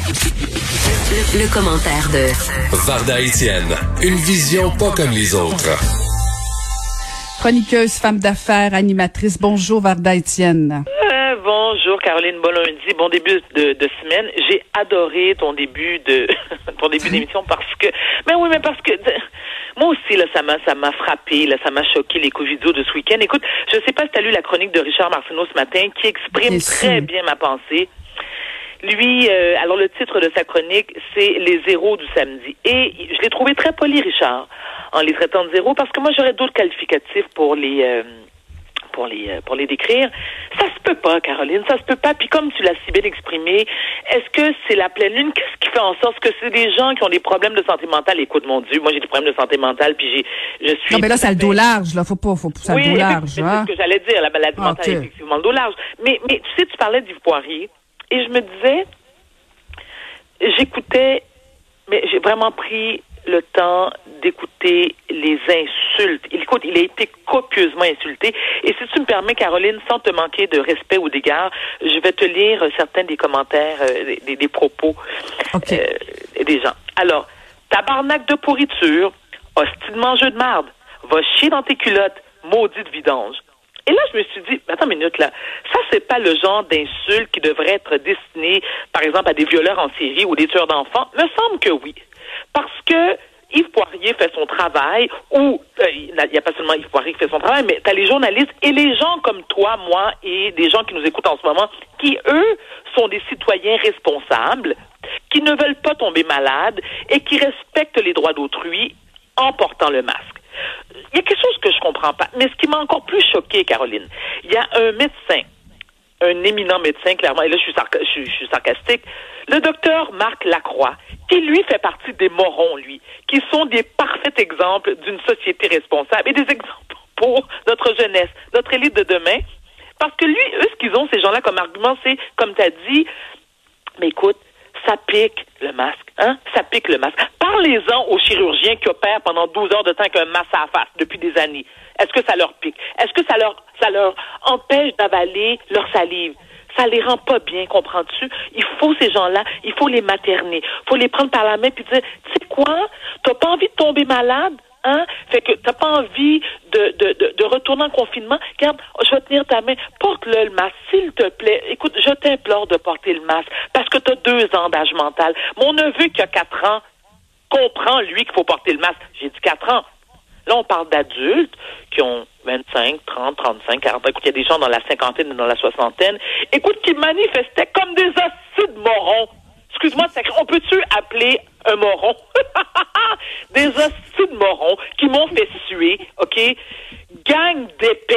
Le commentaire de Varda Étienne, une vision pas comme les autres. Chroniqueuse, femme d'affaires, animatrice. Bonjour Varda Étienne. Bonjour Caroline, bon lundi, bon début de semaine. J'ai adoré ton début d'émission parce que moi aussi là ça m'a frappé, là ça m'a choqué les coups vidéo de ce week-end. Écoute, je sais pas si tu as lu la chronique de Richard Martineau ce matin qui exprime très bien ma pensée. Lui, alors le titre de sa chronique, c'est Les zéros du samedi. Et je l'ai trouvé très poli, Richard, en les traitant de zéros, parce que moi j'aurais d'autres qualificatifs pour les décrire. Ça se peut pas, Caroline, ça se peut pas. Puis comme tu l'as si bien exprimé, est-ce que c'est la pleine lune? Qu'est-ce qui fait en sorte que c'est des gens qui ont des problèmes de santé mentale? Écoute, mon Dieu, moi j'ai des problèmes de santé mentale, puis je suis... Non, mais là, ça a le dos large, là. Faut pousser le dos large, hein? C'est ce que j'allais dire, la maladie mentale, effectivement, le dos large. Mais tu sais, tu parlais d'Yves Poirier, et je me disais, j'écoutais, mais j'ai vraiment pris le temps d'écouter les insultes. Écoute, il a été copieusement insulté. Et si tu me permets, Caroline, sans te manquer de respect ou d'égard, je vais te lire certains des commentaires, des propos des gens. Alors, tabarnak de pourriture, hostie de mangeux de marde, va chier dans tes culottes, maudite vidange. Et là, je me suis dit, attends une minute là, ça c'est pas le genre d'insulte qui devrait être destiné, par exemple, à des violeurs en série ou des tueurs d'enfants. Me semble que oui. Parce que Yves Poirier fait son travail, ou il n'y a pas seulement Yves Poirier qui fait son travail, mais tu as les journalistes et les gens comme toi, moi, et des gens qui nous écoutent en ce moment, qui, eux, sont des citoyens responsables, qui ne veulent pas tomber malades et qui respectent les droits d'autrui en portant le masque. Il y a quelque chose que je comprends pas, mais ce qui m'a encore plus choqué, Caroline, il y a un médecin, un éminent médecin, clairement, et là je suis sarcastique, le docteur Marc Lacroix, qui lui fait partie des morons, lui, qui sont des parfaits exemples d'une société responsable et des exemples pour notre jeunesse, notre élite de demain, parce que lui, eux, ce qu'ils ont, ces gens-là, comme argument, c'est, comme tu as dit, mais écoute, ça pique le masque, hein? Ça pique le masque. Parlez-en aux chirurgiens qui opèrent pendant 12 heures de temps avec un masque à la face depuis des années. Est-ce que ça leur pique? Est-ce que ça leur empêche d'avaler leur salive? Ça les rend pas bien, comprends-tu? Il faut ces gens-là, il faut les materner. Il faut les prendre par la main puis dire, tu sais quoi? T'as pas envie de tomber malade? Hein? Fait que t'as pas envie de retourner en confinement. Regarde, je vais tenir ta main. Porte-le, le masque, s'il te plaît. Écoute, je t'implore de porter le masque parce que t'as 2 ans d'âge mental. Mon neveu qui a 4 ans comprend, lui, qu'il faut porter le masque. J'ai dit 4 ans. Là, on parle d'adultes qui ont 25, 30, 35, 40 ans. Écoute, il y a des gens dans la cinquantaine et dans la soixantaine. Écoute, qui manifestaient comme des hosties de morons. Excuse-moi, on peut-tu appeler un moron? Des hosties de morons qui m'ont fait suer, OK? Gang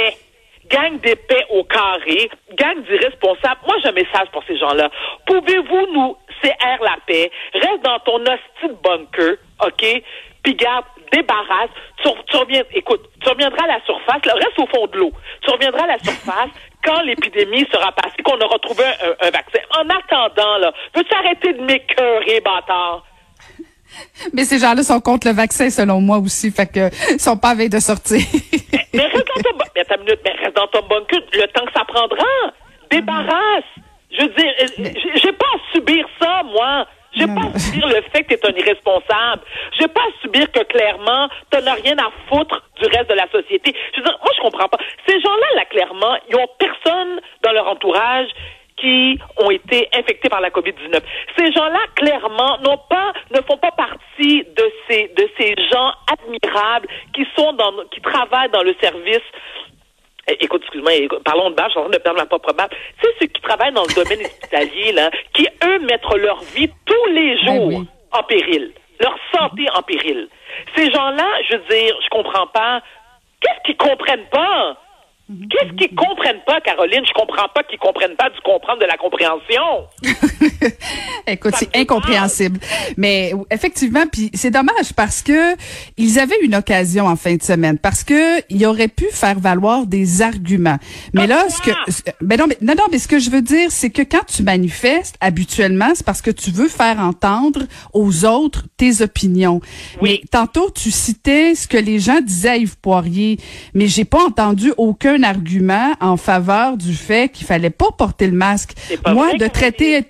d'épais au carré, gang d'irresponsables. Moi, j'ai un message pour ces gens-là. Pouvez-vous nous CR la paix? Reste dans ton hostie de bunker, OK? Puis garde, débarrasse. Tu reviendras à la surface, là, reste au fond de l'eau. Tu reviendras à la surface quand l'épidémie sera passée, qu'on aura trouvé un vaccin. En attendant, là, veux-tu arrêter de m'écœurer, bâtard? Mais ces gens-là sont contre le vaccin, selon moi aussi, fait que ils sont pas à veille de sortir. mais reste dans ton bunker le temps que ça prendra. Débarrasse. Je veux dire, j'ai pas à subir ça, moi. J'ai pas à subir le fait que t'es un irresponsable. J'ai pas à subir que, clairement, t'en as rien à foutre du reste de la société. Je veux dire, moi, je comprends pas. Ces gens-là, là, clairement, ils ont personne dans leur entourage qui ont été infectés par la COVID-19. Ces gens-là, clairement, ne font pas partie de ces gens admirables qui travaillent dans le service. Écoute, excuse-moi, parlons de bâche, je suis en train de perdre ma propre barbe. Tu sais, ceux qui travaillent dans le domaine hospitalier, là, qui, eux, mettent leur vie tous les jours en péril, leur santé en péril. Ces gens-là, je veux dire, je comprends pas. Qu'est-ce qu'ils comprennent pas? Qu'est-ce qu'ils comprennent pas, Caroline? Je comprends pas qu'ils comprennent pas du comprendre de la compréhension. Écoute, c'est incompréhensible. Mais effectivement, puis c'est dommage parce que ils avaient une occasion en fin de semaine, parce que ils auraient pu faire valoir des arguments. Mais là, mais ce que je veux dire, c'est que quand tu manifestes, habituellement, c'est parce que tu veux faire entendre aux autres tes opinions. Oui. Mais tantôt, tu citais ce que les gens disaient à Yves Poirier, mais j'ai pas entendu aucun argument en faveur du fait qu'il fallait pas porter le masque. Moi, de traiter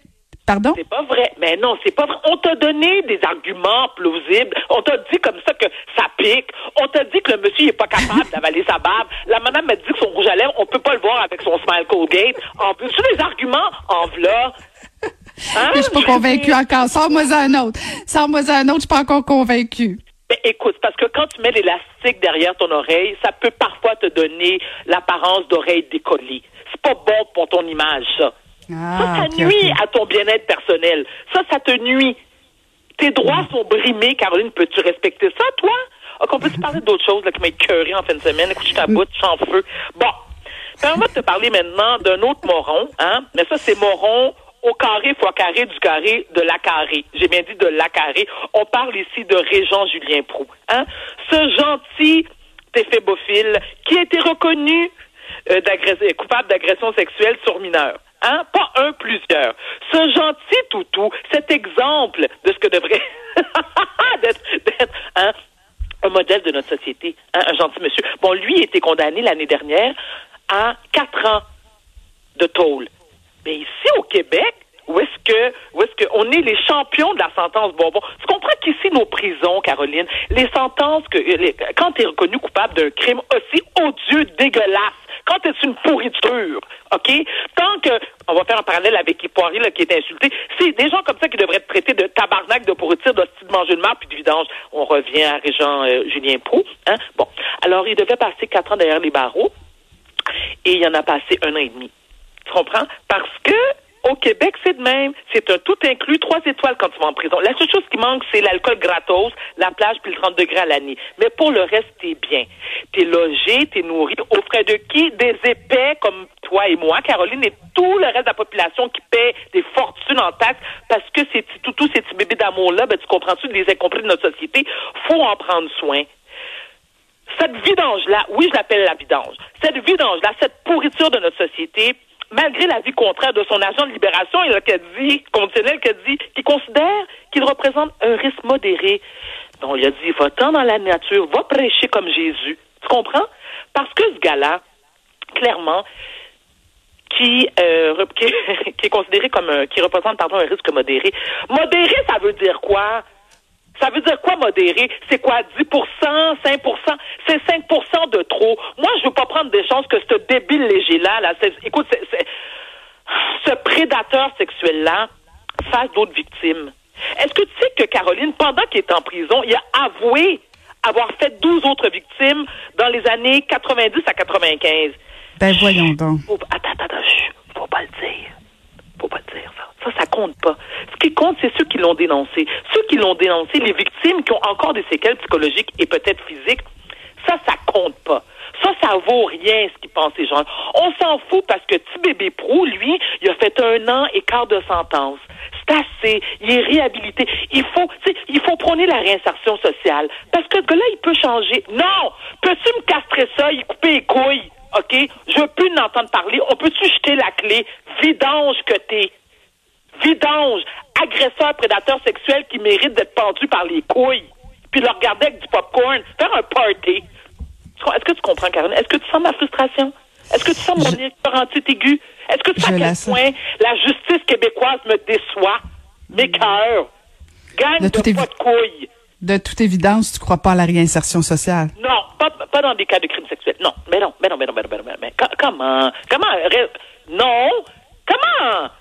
Pardon? C'est pas vrai. Mais non, c'est pas vrai. On t'a donné des arguments plausibles. On t'a dit comme ça que ça pique. On t'a dit que le monsieur n'est pas capable d'avaler sa barbe. La madame m'a dit que son rouge à lèvres, on peut pas le voir avec son Smile Colgate. En plus, sur les arguments, en v'là. Hein? Je suis pas convaincue encore. Sors-moi un autre. Je suis pas encore convaincue. Mais écoute, parce que quand tu mets l'élastique derrière ton oreille, ça peut parfois te donner l'apparence d'oreille décollée. C'est pas bon pour ton image, ça. Ça nuit à ton bien-être personnel. Ça te nuit. Tes droits sont brimés, Caroline. Peux-tu respecter ça, toi? On peut-tu parler d'autre chose là, qui m'a écœuré en fin de semaine? Écoute, je t'aboute, je suis en feu. Bon. On va te parler maintenant d'un autre moron, hein? Mais ça, c'est moron au carré fois carré du carré de la carré. J'ai bien dit de la carré. On parle ici de Régent Julien Proulx, hein? Ce gentil téphébophile qui a été reconnu coupable d'agression sexuelle sur mineur. Hein? Pas un, plusieurs. Ce gentil toutou, cet exemple de ce que devrait d'être un modèle de notre société, hein? Un gentil monsieur. Bon, lui a été condamné l'année dernière à 4 ans de tôle. Mais ici, au Québec, où est-ce que on est les champions de la sentence bonbon? Tu comprends qu'ici, nos prisons, Caroline, les sentences quand tu es reconnu coupable d'un crime aussi odieux, dégueulasse, quand tu es une pourriture, OK? Tant que, on va faire un parallèle avec Yves Poirier, là, qui est insulté, c'est des gens comme ça qui devraient être traités de tabarnak, de pourriture, d'hostie de manger de marde, puis de vidange. On revient à Régent Julien Proulx, hein? Bon. Alors, il devait passer 4 ans derrière les barreaux, et il en a passé 1 an et demi. Tu comprends? Parce que, au Québec, c'est de même. C'est un tout inclus, 3 étoiles quand tu vas en prison. La seule chose qui manque, c'est l'alcool gratos, la plage puis le 30 degrés à l'année. Mais pour le reste, t'es bien. T'es logé, t'es nourri. Aux frais de qui? Des épais comme toi et moi, Caroline, et tout le reste de la population qui paie des fortunes en taxes parce que ces petits toutous, ces petits bébés d'amour-là, ben, tu comprends-tu, des incompris de notre société, faut en prendre soin. Cette vidange-là, oui, je l'appelle la vidange. Cette vidange-là, cette pourriture de notre société, malgré l'avis contraire de son agent de libération, conditionnel, qui considère qu'il représente un risque modéré. Donc, il a dit, va-t'en dans la nature, va prêcher comme Jésus. Tu comprends? Parce que ce gars-là, clairement, qui est considéré comme qui représente, un risque modéré. Modéré, ça veut dire quoi? Ça veut dire quoi, modéré? C'est quoi, 10%, 5%? C'est 5% de trop. Moi, je veux pas prendre des chances que ce débile léger-là, écoute, ce prédateur sexuel-là fasse d'autres victimes. Est-ce que tu sais que Caroline, pendant qu'il est en prison, il a avoué avoir fait 12 autres victimes dans les années 90 à 95? Ben, voyons donc. Attends, faut pas le dire. Faut pas le dire, ça. Ça compte pas. Ce qui compte, c'est ceux qui l'ont dénoncé. Ceux qui l'ont dénoncé, les victimes qui ont encore des séquelles psychologiques et peut-être physiques, ça compte pas. Ça vaut rien, ce qu'ils pensent, ces gens. On s'en fout parce que petit bébé Proulx, lui, il a fait 1 an et quart de sentence. C'est assez. Il est réhabilité. Il faut prôner la réinsertion sociale. Parce que ce gars-là, il peut changer. Non! Peux-tu me castrer ça, y couper les couilles? OK? Je veux plus l'entendre parler. On peut-tu jeter la clé? Vidange que t'es. Vidange. Agresseur, prédateur sexuel qui mérite d'être pendu par les couilles. Puis le regarder avec du popcorn. Faire un party. Est-ce que tu comprends, Caroline? Est-ce que tu sens ma frustration? Est-ce que tu sens mon écœurantite aigu? Est-ce que tu sais à quel point la justice québécoise me déçoit? M'écœure. Gagne de pas de couilles. De toute évidence, tu crois pas à la réinsertion sociale? Non, pas dans des cas de crimes sexuels. Non, mais non. Comment? Non! Comment?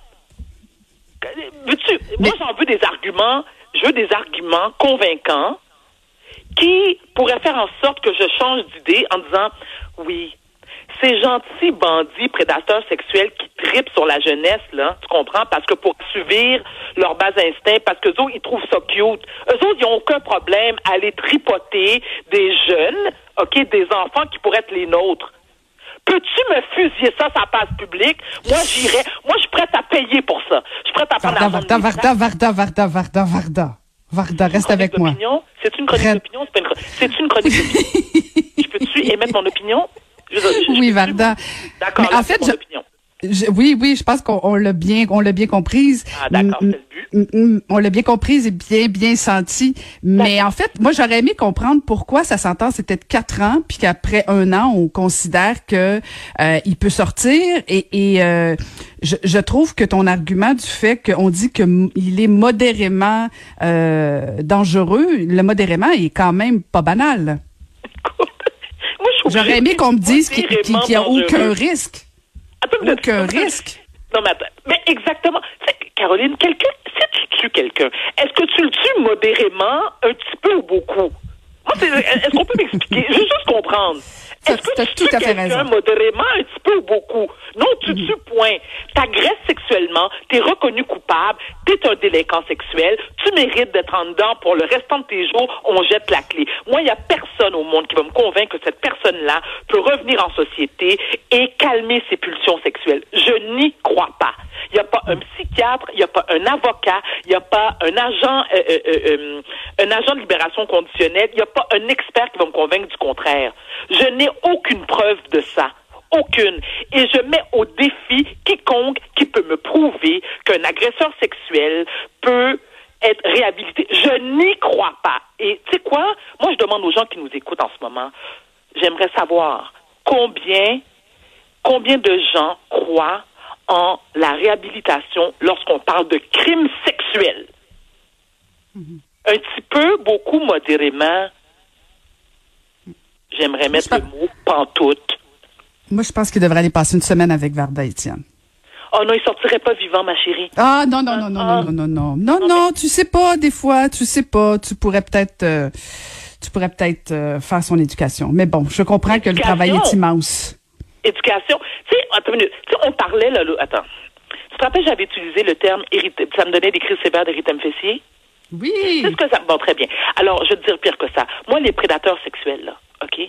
Veux-tu? Moi, j'en veux des arguments. Je veux des arguments convaincants qui pourraient faire en sorte que je change d'idée en disant, oui, ces gentils bandits prédateurs sexuels qui tripent sur la jeunesse, là, tu comprends? Parce que pour assouvir leur bas instinct, parce que eux autres, ils trouvent ça cute. Eux autres, ils n'ont aucun problème à aller tripoter des jeunes, OK, des enfants qui pourraient être les nôtres. Peux-tu me fusiller ça sur la place publique? Moi, j'irais. Moi, je suis prête à payer pour ça. Je suis prête à prendre Varda, reste avec moi. C'est une chronique d'opinion? C'est une chronique d'opinion. Je peux-tu émettre mon opinion? Oui, Varda. D'accord, mais en fait, mon opinion. Oui, je pense qu'on l'a bien comprise. Ah, d'accord, c'est le but. On l'a bien comprise et bien senti. Mais en fait, moi, j'aurais aimé comprendre pourquoi sa sentence était de 4 ans, puis qu'après 1 an, on considère que il peut sortir. Et je trouve que ton argument du fait qu'on dit que il est modérément dangereux, le modérément est quand même pas banal. Moi, j'aurais aimé qu'on me dise qu'il n'y a aucun risque. Attends, aucun risque. Non, mais attends. Mais exactement. Caroline, si tu tues quelqu'un, est-ce que tu le tues modérément, un petit peu ou beaucoup? Moi, est-ce qu'on peut m'expliquer? Je veux juste comprendre. Est-ce que tu tues quelqu'un modérément, un petit peu ou beaucoup? Non, tu tues, point. T'agresses sexuellement, t'es reconnu coupable, t'es un délinquant sexuel, tu mérites d'être en dedans pour le restant de tes jours, on jette la clé. Moi, il n'y a personne au monde qui va me convaincre que cette personne-là peut revenir en société et calmer ses pulsions sexuelles. Je n'y crois pas. Il n'y a pas un psychiatre, il n'y a pas un avocat, il n'y a pas un agent de libération conditionnelle, il n'y a pas un expert qui va me convaincre du contraire. Je n'ai aucune preuve de ça. Aucune. Et je mets au défi quiconque qui peut me prouver qu'un agresseur sexuel peut être réhabilité. Je n'y crois pas. Et tu sais quoi? Moi, je demande aux gens qui nous écoutent en ce moment, j'aimerais savoir combien de gens croient en la réhabilitation lorsqu'on parle de crimes sexuels. Un petit peu, beaucoup, modérément. J'aimerais mettre le mot pantoute. Moi, je pense qu'il devrait aller passer une semaine avec Varda Étienne. Oh non, il sortirait pas vivant, ma chérie. Ah, non, tu sais pas, des fois, tu pourrais peut-être faire son éducation. Mais bon, je comprends que le travail est immense. Éducation. Tu sais, attends une minute. Tu sais, on parlait, là, attends. Tu te rappelles, j'avais utilisé le terme ça me donnait des crises sévères d'érythème fessier? Oui. C'est ce que ça. Bon, très bien. Alors, je vais te dire pire que ça. Moi, les prédateurs sexuels, là, OK?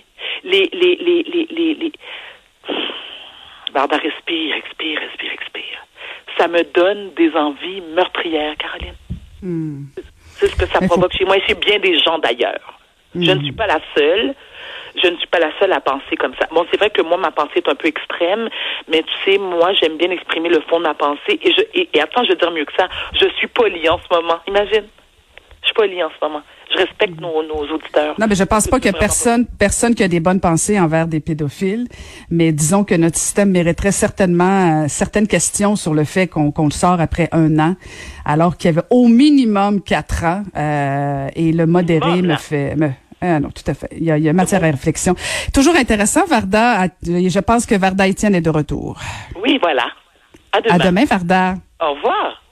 Varda, respire. Ça me donne des envies meurtrières, Caroline. C'est ce que ça provoque chez moi et chez bien des gens d'ailleurs. Je ne suis pas la seule. Je ne suis pas la seule à penser comme ça. Bon, c'est vrai que moi, ma pensée est un peu extrême, mais tu sais, moi, j'aime bien exprimer le fond de ma pensée. Et attends, je vais dire mieux que ça. Je suis polie en ce moment. Imagine. Je suis polie en ce moment. Je respecte nos auditeurs. Non, mais je pense pas qu'il y a personne qui a des bonnes pensées envers des pédophiles. Mais disons que notre système mériterait certainement certaines questions sur le fait qu'on le sort après 1 an, alors qu'il y avait au minimum 4 ans. Et le modéré non, tout à fait. Il y a matière à réflexion. Toujours intéressant, Varda. Je pense que Varda Étienne est de retour. Oui, voilà. À demain. À demain, Varda. Au revoir.